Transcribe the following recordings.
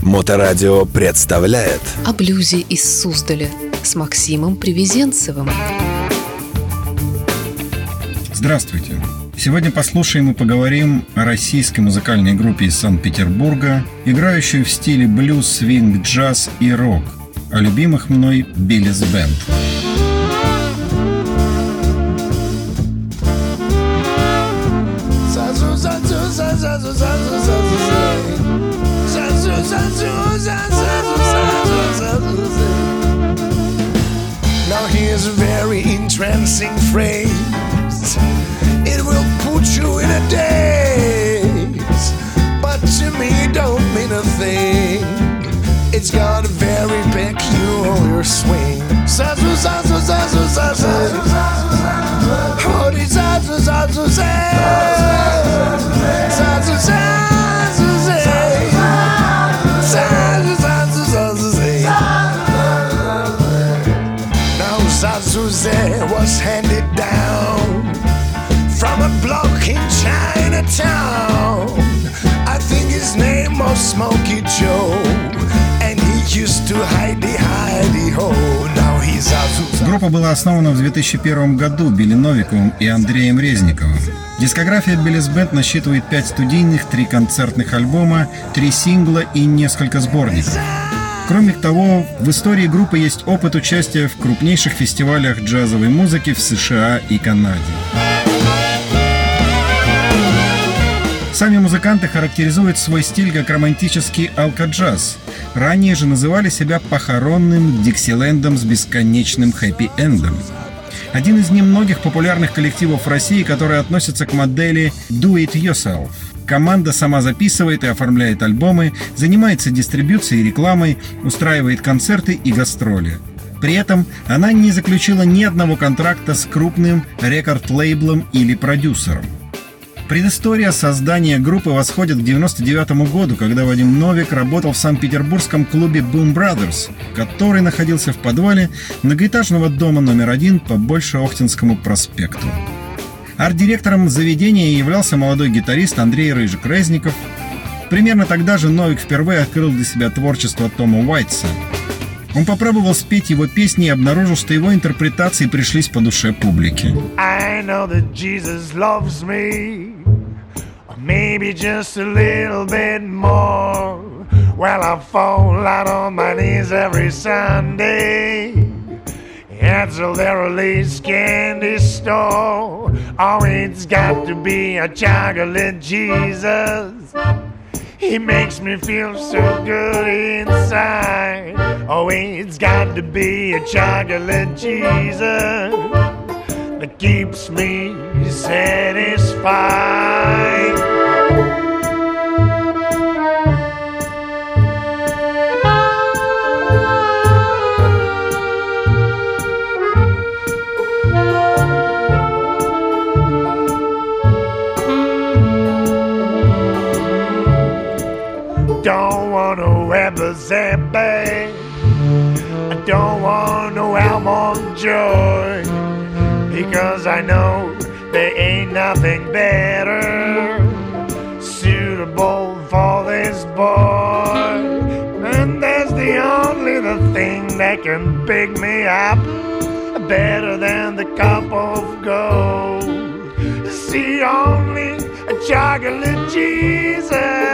Моторадио представляет о блюзе из Суздаля с Максимом Привезенцевым. Здравствуйте! Сегодня послушаем и поговорим о российской музыкальной группе из Санкт-Петербурга, играющей в стиле блюз, свинг, джаз и рок, о любимых мной Биллис Бенд. Now here's a very entrancing phrase. It will put you in a daze, but to me don't mean a thing. It's got a very peculiar swing. Zazu, zazu, zazu, zazu. Oh, the zazu, zazu, zazu. Zazu, zazu, zazu. Zazu, zazu, zazu, zazu. Now Zazu was handed down from a bloke in Chinatown. I think his name was Smokey Joe, and he used to hidey-ho. Now he's Zazu. Группа была основана в 2001 году Билли Новиковым и Андреем Резниковым. Дискография Биллис Бенд насчитывает 5 студийных, 3 концертных альбома, 3 сингла и несколько сборников. Кроме того, в истории группы есть опыт участия в крупнейших фестивалях джазовой музыки в США и Канаде. Сами музыканты характеризуют свой стиль как романтический алко-джаз. Ранее же называли себя похоронным Диксилендом с бесконечным хэппи-эндом. Один из немногих популярных коллективов в России, который относится к модели «do it yourself». Команда сама записывает и оформляет альбомы, занимается дистрибьюцией и рекламой, устраивает концерты и гастроли. При этом она не заключила ни одного контракта с крупным рекорд-лейблом или продюсером. Предыстория создания группы восходит к 1999 году, когда Вадим Новик работал в санкт-петербургском клубе Boom Brothers, который находился в подвале многоэтажного дома номер 1 по Большеохтинскому проспекту. Арт-директором заведения являлся молодой гитарист Андрей Рыжик-Резников. Примерно тогда же Новик впервые открыл для себя творчество Тома Уайтса. Он попробовал спеть его песни и обнаружил, что его интерпретации пришлись по душе публике. I know that Jesus loves me, or maybe just a little bit more. Well, I fall out on my knees every Sunday at the release candy store. Oh, it's got to be a chocolate Jesus. He makes me feel so good inside. Oh, it's got to be a chocolate Jesus that keeps me satisfied. Don't want no Ebenezer, I don't want no Almond Joy, because I know there ain't nothing better suitable for this boy. And there's the thing that can pick me up better than the cup of gold. See, only a chocolate Jesus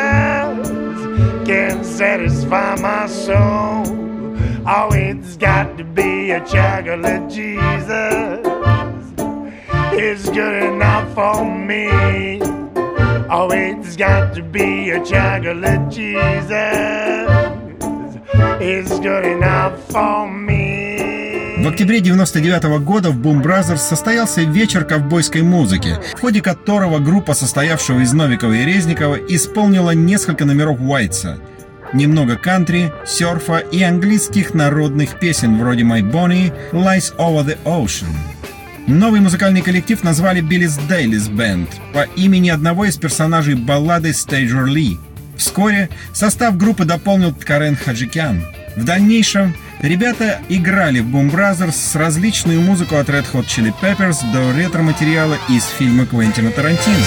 can satisfy my soul. Oh, it's got to be a chocolate Jesus. It's good enough for me. Oh, it's got to be a chocolate Jesus. It's good enough for me. В октябре 1999 года в Boom Brothers состоялся вечер ковбойской музыки, в ходе которого группа, состоявшего из Новикова и Резникова, исполнила несколько номеров Уайтса. Немного кантри, серфа и английских народных песен вроде «My Bonnie», «Lies Over the Ocean». Новый музыкальный коллектив назвали Биллис Бенд по имени одного из персонажей баллады Стейджер Ли. Вскоре состав группы дополнил Карен Хаджикян. В дальнейшем ребята играли в Boom Brothers с различную музыку от Red Hot Chili Peppers до ретро-материала из фильма Квентина Тарантино.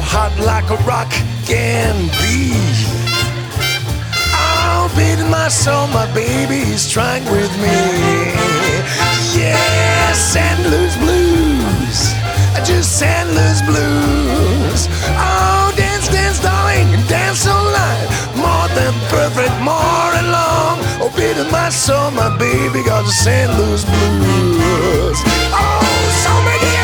hot like a rock can be. Oh, beating my soul, my baby is trying with me. Yeah, Sandler's blues, just Sandler's blues. Oh, dance, dance, darling, dance all night. More than perfect, more and long. Oh, beating my soul, my baby got the Sandler's blues. Oh, so make it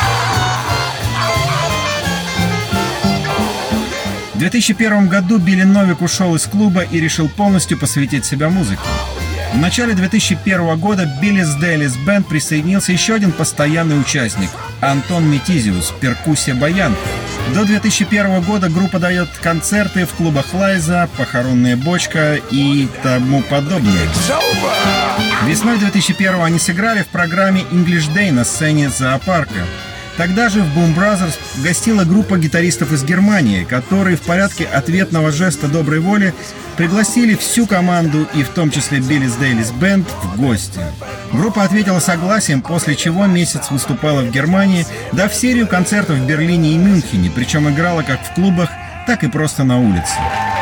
В 2001 году Билли Новик ушел из клуба и решил полностью посвятить себя музыке. В начале 2001 года Billy's Dailies Band присоединился еще один постоянный участник – Антон Метизиус, перкуссия-баян. До 2001 года группа дает концерты в клубах «Лайза», «Похоронная бочка» и тому подобное. Весной 2001 они сыграли в программе English Day на сцене зоопарка. Тогда же в Boom Brothers гостила группа гитаристов из Германии, которые в порядке ответного жеста доброй воли пригласили всю команду, и в том числе Billy's Dailies Band, в гости. Группа ответила согласием, после чего месяц выступала в Германии, дав серию концертов в Берлине и Мюнхене, причем играла как в клубах, так и просто на улице.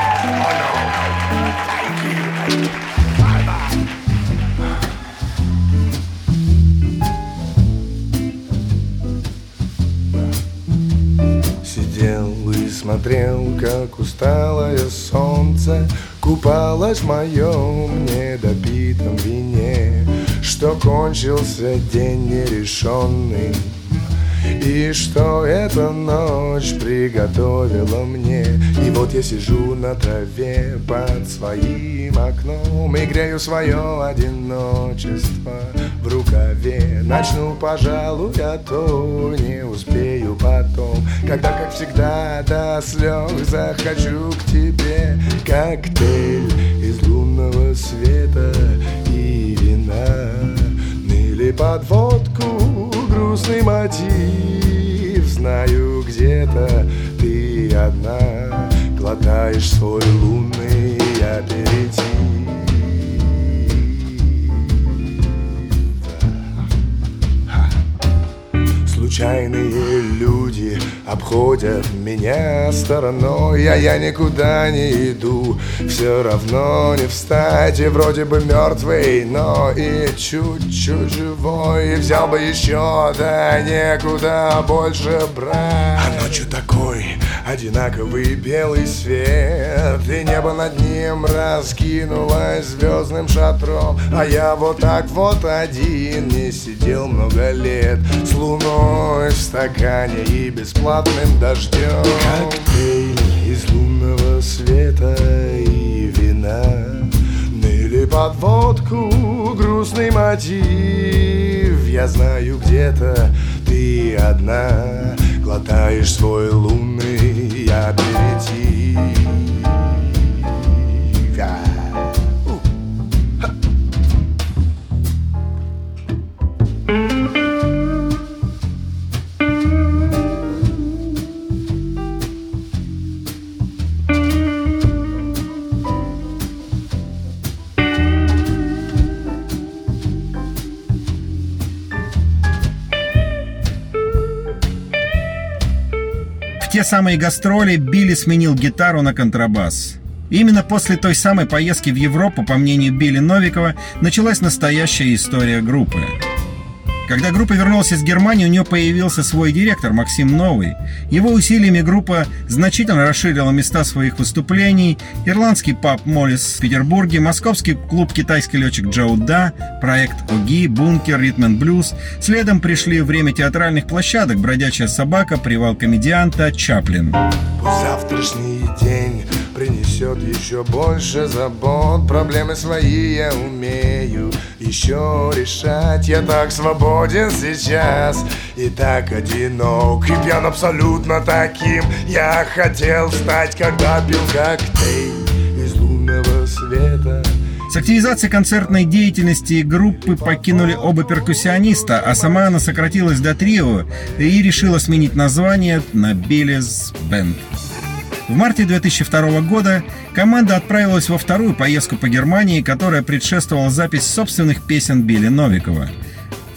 Смотрел, как усталое солнце купалось в моем недопитом вине, что кончился день нерешенный, и что эта ночь приготовила мне. И вот я сижу на траве под своим окном и грею свое одиночество в рукаве. Начну, пожалуй, а то не успею потом, когда, как всегда, до слез захочу к тебе. Коктейль из лунного света и вина, или под водку грустный мотив. Знаю, где-то ты одна глотаешь свой лунный аперитив. Случайные люди обходят меня стороной, а я никуда не иду, все равно не встать. И вроде бы мертвый, но и чуть-чуть живой. И взял бы еще, да некуда больше брать. А ночью такой одинаковый белый свет, и небо над ним раскинулось звездным шатром. А я вот так вот один не сидел много лет, с луной в стакане и бесплатным дождем. Коктейль из лунного света и вина, или под водку грустный мотив. Я знаю, где-то ты одна глотаешь свой лунный аперитив. В те самые гастроли Билли сменил гитару на контрабас. Именно после той самой поездки в Европу, по мнению Билли Новикова, началась настоящая история группы. Когда группа вернулась из Германии, у нее появился свой директор Максим Новый. Его усилиями группа значительно расширила места своих выступлений: ирландский паб «Моллис» в Петербурге, московский клуб «Китайский летчик Джоу Да», проект «Оги», «Бункер», «Ритм энд блюз». Следом пришли время театральных площадок: «Бродячая собака», «Привал комедианта», «Чаплин». Завтрашний день принесет еще больше забот. Проблемы свои я умею еще решать. Я так свободен сейчас и так одинок, и пьян абсолютно таким я хотел стать, когда пил коктейль из лунного света. С активизацией концертной деятельности группы покинули оба перкуссиониста, а сама она сократилась до трио и решила сменить название на Billy's Band. В марте 2002 года команда отправилась во вторую поездку по Германии, которая предшествовала запись собственных песен Билли Новикова.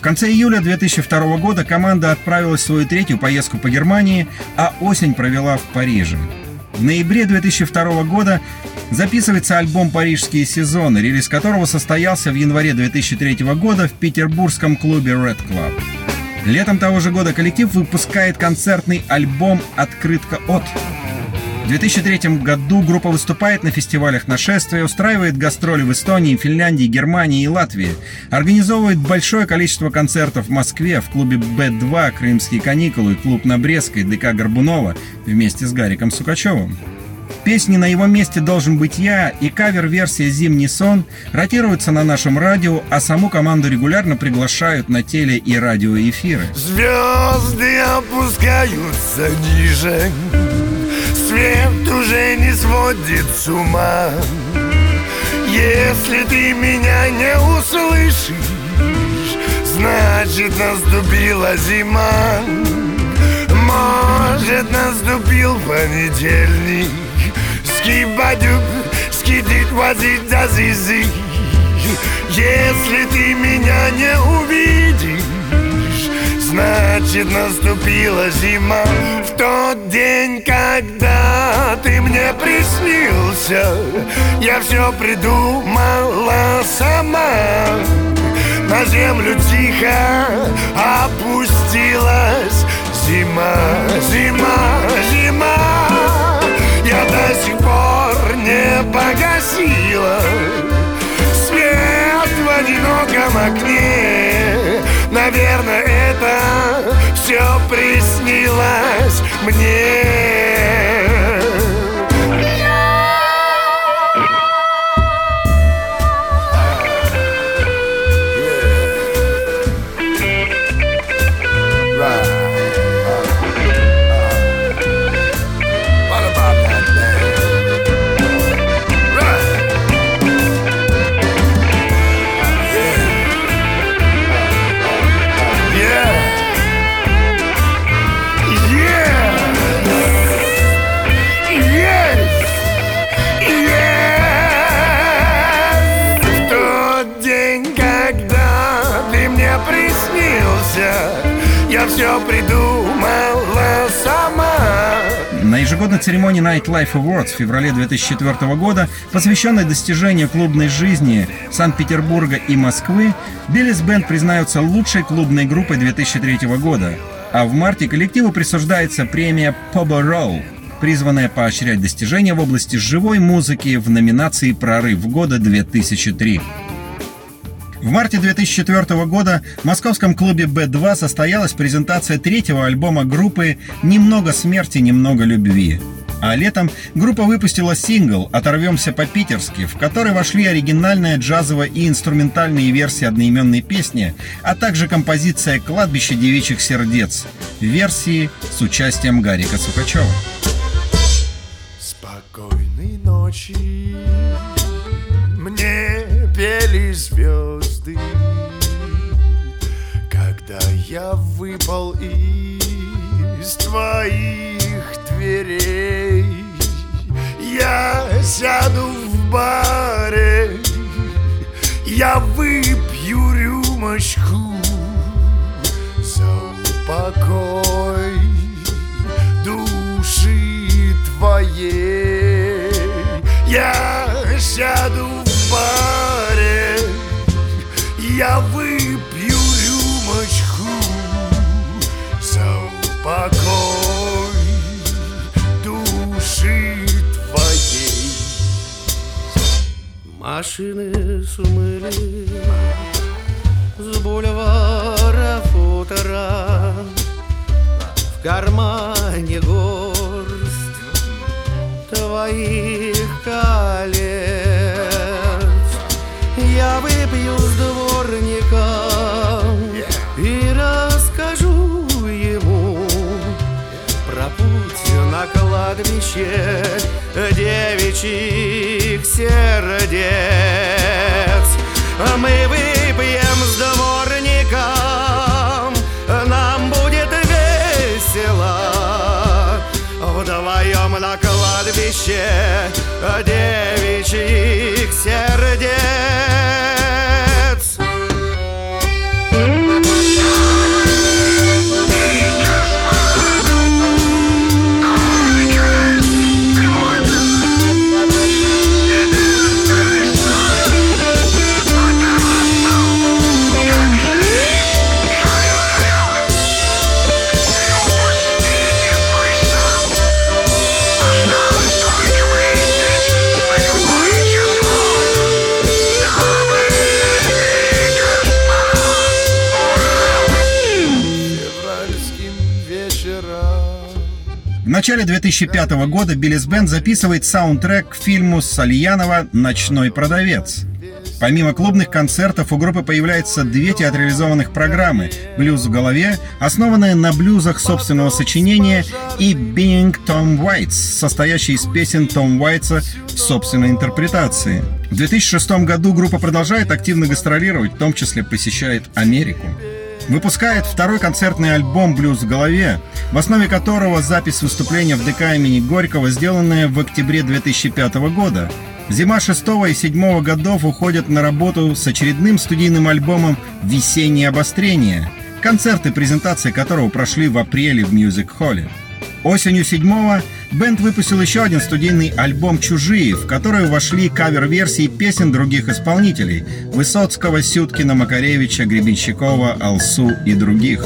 В конце июля 2002 года команда отправилась в свою третью поездку по Германии, а осень провела в Париже. В ноябре 2002 года записывается альбом «Парижские сезоны», релиз которого состоялся в январе 2003 года в петербургском клубе Red Club. Летом того же года коллектив выпускает концертный альбом «Открытка от». В 2003 году группа выступает на фестивалях «Нашествие», устраивает гастроли в Эстонии, Финляндии, Германии и Латвии, организовывает большое количество концертов в Москве в клубе Б2, «Крымские каникулы», клуб на Брестской, ДК Горбунова вместе с Гариком Сукачевым. Песни «На его месте должен быть я» и кавер-версия «Зимний сон» ротируются на нашем радио, а саму команду регулярно приглашают на теле- и радиоэфиры. Звезды опускаются ниже, свет уже не сводит с ума. Если ты меня не услышишь, значит наступила зима. Может наступил понедельник. Скибадюб, скидит, возит, дазизи. Если ты меня не увидишь, значит наступила зима. В тот день, когда ты мне приснился, я все придумала сама. На землю тихо опустилась зима, зима, зима. Я до сих пор не погасила свет в одиноком окне. Наверное, это все приснилось мне. Я все придумала сама. На ежегодной церемонии Night Life Awards в феврале 2004 года, посвященной достижению клубной жизни Санкт-Петербурга и Москвы, Биллис Бенд признаются лучшей клубной группой 2003 года. А в марте коллективу присуждается премия Pobo Roll, призванная поощрять достижения в области живой музыки в номинации «Прорыв года 2003». В марте 2004 года в московском клубе Б2 состоялась презентация третьего альбома группы «Немного смерти, немного любви». А летом группа выпустила сингл «Оторвемся по-питерски», в который вошли оригинальная джазовая и инструментальные версии одноименной песни, а также композиция «Кладбище девичьих сердец» в версии с участием Гарика Сукачева. Спокойной ночи мне пели звезды, когда я выпал из твоих дверей. Я сяду в баре, я выпью рюмочку за упокой души твоей. Я сяду в баре, я выпью рюмочку за упокой души твоей. Машины смыли с бульвара футера, в кармане горсть твоих колец. Я выпью с дворником и расскажу ему про путь на кладбище девичьих сердец. Мы выпьем с дворником, нам будет весело вдвоем на кладбище девичьих сердец. начале 2005 года Биллис Бенд записывает саундтрек к фильму Сальянова «Ночной продавец». Помимо клубных концертов у группы появляются 2 театрализованных программы «Блюз в голове», основанная на блюзах собственного сочинения, и «Being Tom Waits», состоящая из песен Том Уайтса в собственной интерпретации. В 2006 году группа продолжает активно гастролировать, в том числе посещает Америку. Выпускает 2-й концертный альбом «Блюз в голове», в основе которого запись выступления в ДК имени Горького, сделанная в октябре 2005 года. Зима 6 и 7 годов уходят на работу с очередным студийным альбомом «Весеннее обострение», концерты и презентации которого прошли в апреле в мьюзик-холле. Осенью 7-го бэнд выпустил еще один студийный альбом «Чужие», в который вошли кавер-версии песен других исполнителей – Высоцкого, Сюткина, Макаревича, Гребенщикова, Алсу и других.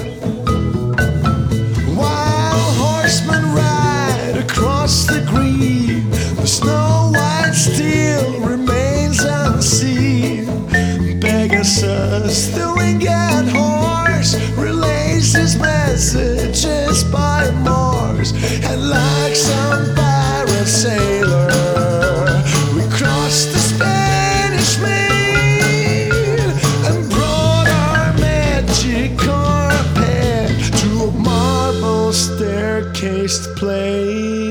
Still remains unseen. Pegasus, the winged horse, relays his messages by Morse. And like some pirate sailor, we crossed the Spanish Main and brought our magic carpet to a marble staircased plain.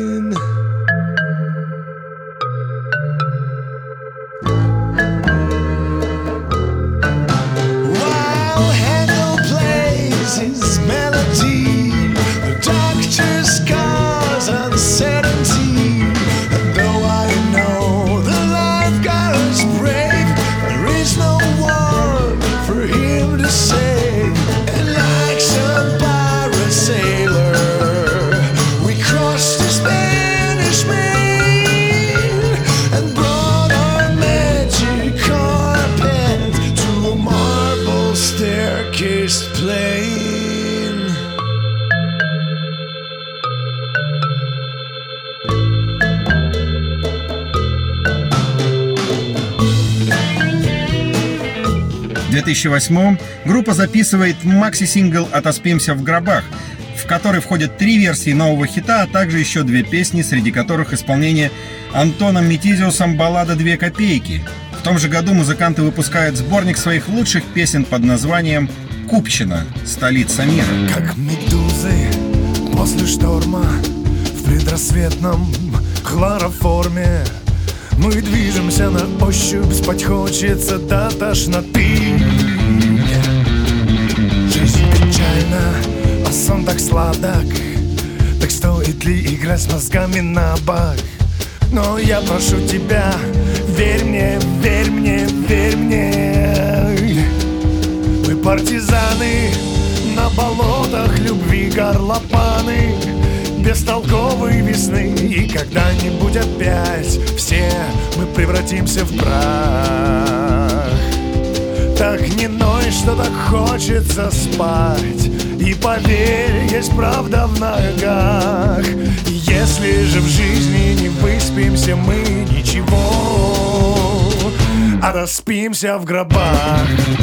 В 2008 группа записывает макси-сингл «Отоспимся в гробах», в который входят 3 версии нового хита, а также еще 2 песни, среди которых исполнение Антоном Метизиусом баллада «2 копейки». В том же году музыканты выпускают сборник своих лучших песен под названием «Купчино. Столица мира». Как медузы после шторма в предрассветном хлороформе, мы движемся на ощупь, спать хочется до тошноты. Жизнь печальна, а сон так сладок. Так стоит ли играть с мозгами на бок? Но я прошу тебя, верь мне, верь мне, верь мне. Мы партизаны на болотах любви, горлопаны бестолковой весны. И когда-нибудь опять все мы превратимся в прах. Так не ной, что так хочется спать. И поверь, есть правда в ногах. И если же в жизни не выспимся мы, ничего, а распимся в гробах.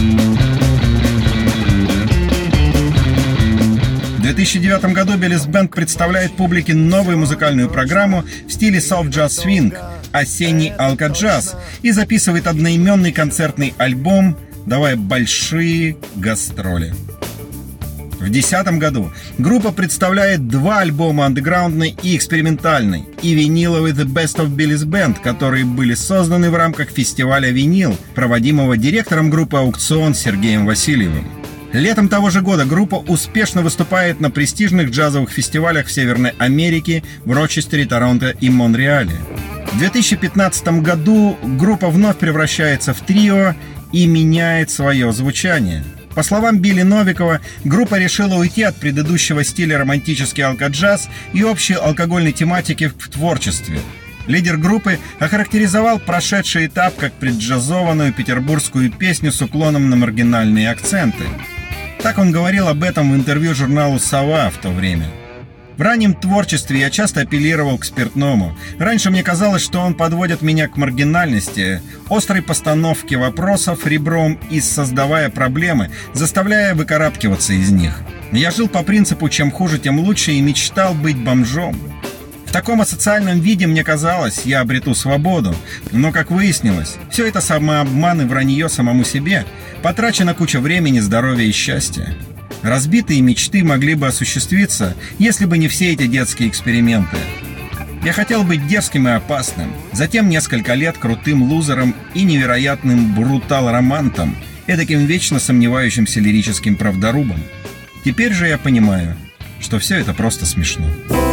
В 2009 году Биллис Бенд представляет публике новую музыкальную программу в стиле soft jazz swing «Осенний алкоджаз» и записывает одноименный концертный альбом, давая большие гастроли. В 2010 году группа представляет 2 альбома андеграундной и экспериментальной и виниловый The Best of Billys Band, которые были созданы в рамках фестиваля «Винил», проводимого директором группы «Аукцион» Сергеем Васильевым. Летом того же года группа успешно выступает на престижных джазовых фестивалях в Северной Америке, в Рочестере, Торонто и Монреале. В 2015 году группа вновь превращается в трио и меняет свое звучание. По словам Билли Новикова, группа решила уйти от предыдущего стиля романтический алкоджаз и общей алкогольной тематики в творчестве. Лидер группы охарактеризовал прошедший этап как преджазованную петербургскую песню с уклоном на маргинальные акценты. Так он говорил об этом в интервью журналу «Сова» в то время. В раннем творчестве я часто апеллировал к спиртному. Раньше мне казалось, что он подводит меня к маргинальности, острой постановке вопросов ребром и создавая проблемы, заставляя выкарабкиваться из них. Я жил по принципу «чем хуже, тем лучше» и мечтал быть бомжом. В таком асоциальном виде мне казалось, я обрету свободу. Но, как выяснилось, все это самообман и вранье самому себе, потрачена куча времени, здоровья и счастья. Разбитые мечты могли бы осуществиться, если бы не все эти детские эксперименты. Я хотел быть дерзким и опасным, затем несколько лет крутым лузером и невероятным брутал-романтом, эдаким вечно сомневающимся лирическим правдорубом. Теперь же я понимаю, что все это просто смешно.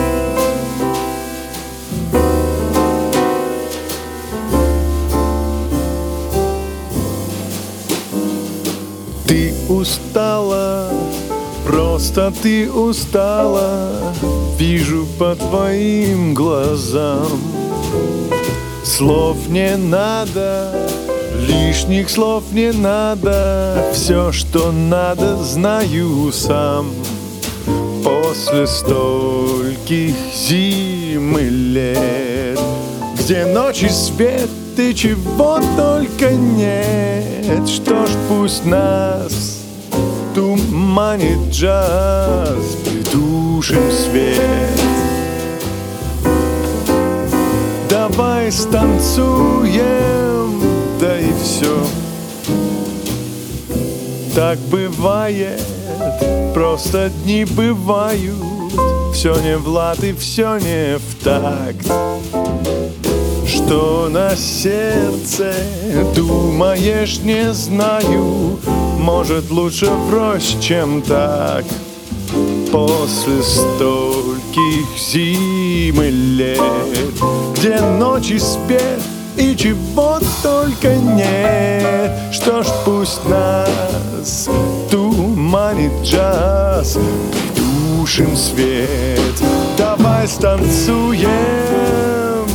Ты устала, просто ты устала, вижу по твоим глазам. Слов не надо, лишних слов не надо, все, что надо, знаю сам. После стольких зим и лет, где ночи свет и чего только нет, что ж, пусть нас туманит джаз, придушим свет. Давай станцуем, да и все. Так бывает, просто дни бывают, все не в лад и все не в такт. Что на сердце думаешь, не знаю, может, лучше врозь, чем так. После стольких зим и лет, где ночи спят и чего только нет, что ж, пусть нас туманит джаз, придушим свет. Давай станцуем.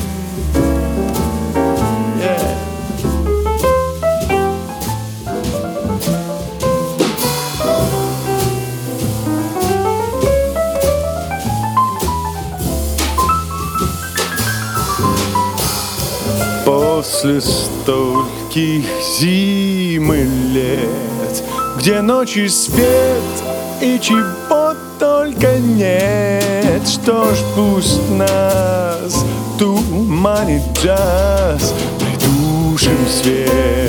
После стольких зим и лет, где ночи свет и чего только нет, что ж, пусть нас туманит джаз, придушим свет.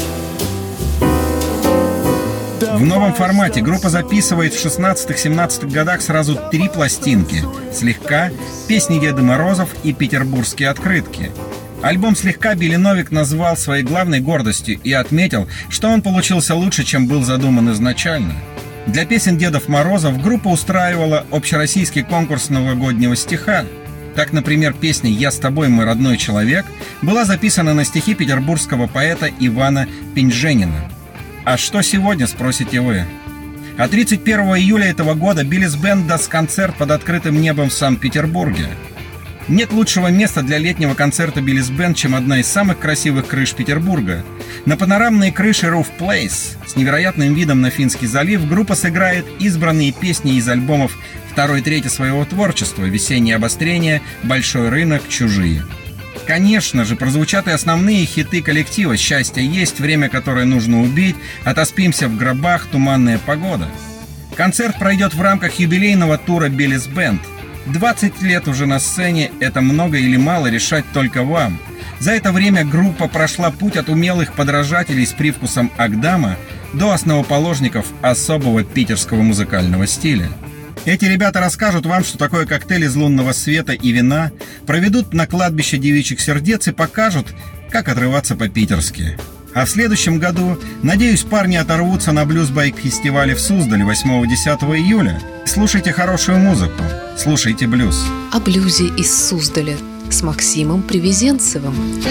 В новом формате группа записывает в 16-17 годах сразу 3 пластинки: «Слегка», «Песни Деда Морозов» и «Петербургские открытки». Альбом «Слегка» Билли Новик назвал своей главной гордостью и отметил, что он получился лучше, чем был задуман изначально. Для песен Дедов Морозов группа устраивала общероссийский конкурс новогоднего стиха. Так, например, песня «Я с тобой, мой родной человек» была записана на стихи петербургского поэта Ивана Пеньженина. А что сегодня, спросите вы? А 31 июля этого года Биллис Бенд даст концерт под открытым небом в Санкт-Петербурге. Нет лучшего места для летнего концерта Биллис Бенд, чем одна из самых красивых крыш Петербурга. На панорамной крыше Roof Place с невероятным видом на Финский залив группа сыграет избранные песни из альбомов второй трети своего творчества: «Весеннее обострение», «Большой рынок», «Чужие». Конечно же, прозвучат и основные хиты коллектива: «Счастье есть», «Время, которое нужно убить», «Отоспимся в гробах», «Туманная погода». Концерт пройдет в рамках юбилейного тура Биллис Бенд. 20 лет уже на сцене — это много или мало, решать только вам. За это время группа прошла путь от умелых подражателей с привкусом Агдама до основоположников особого питерского музыкального стиля. Эти ребята расскажут вам, что такое коктейль из лунного света и вина, проведут на кладбище девичьих сердец и покажут, как отрываться по-питерски. А в следующем году, надеюсь, парни оторвутся на блюз-байк-фестивале в Суздале 8-10 июля. Слушайте хорошую музыку, слушайте блюз. О блюзе из Суздаля с Максимом Привезенцевым.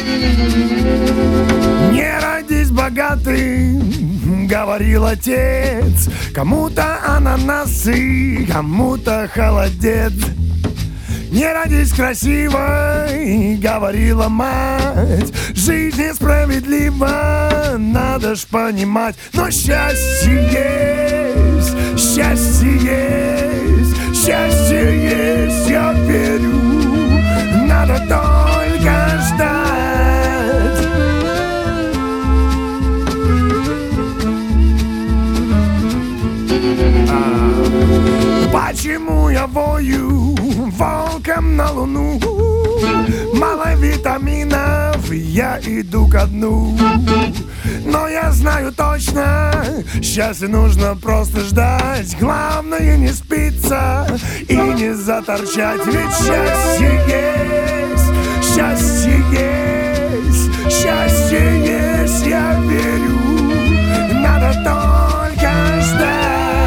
Не родись богатым, говорил отец, кому-то ананасы, кому-то холодец. Не родись красивой, говорила мать, жизнь несправедлива, надо ж понимать. Но счастье есть, счастье есть, счастье есть. Почему я вою волком на луну? Мало витаминов, я иду ко дну. Но я знаю точно, счастье нужно просто ждать. Главное не спиться и не заторчать. Ведь счастье есть, счастье есть, счастье есть, я верю. Надо только ждать.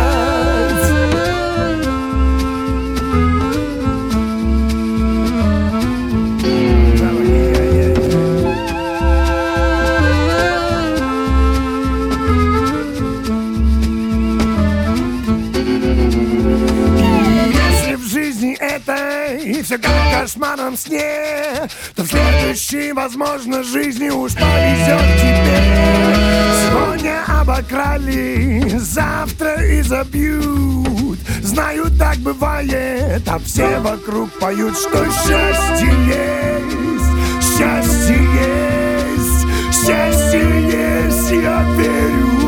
И все как в кошмарном сне, то в следующей, возможно, жизни уж повезет тебе. Сегодня обокрали, завтра и забьют. Знаю, так бывает, а все вокруг поют, что счастье есть, счастье есть, счастье есть, я верю.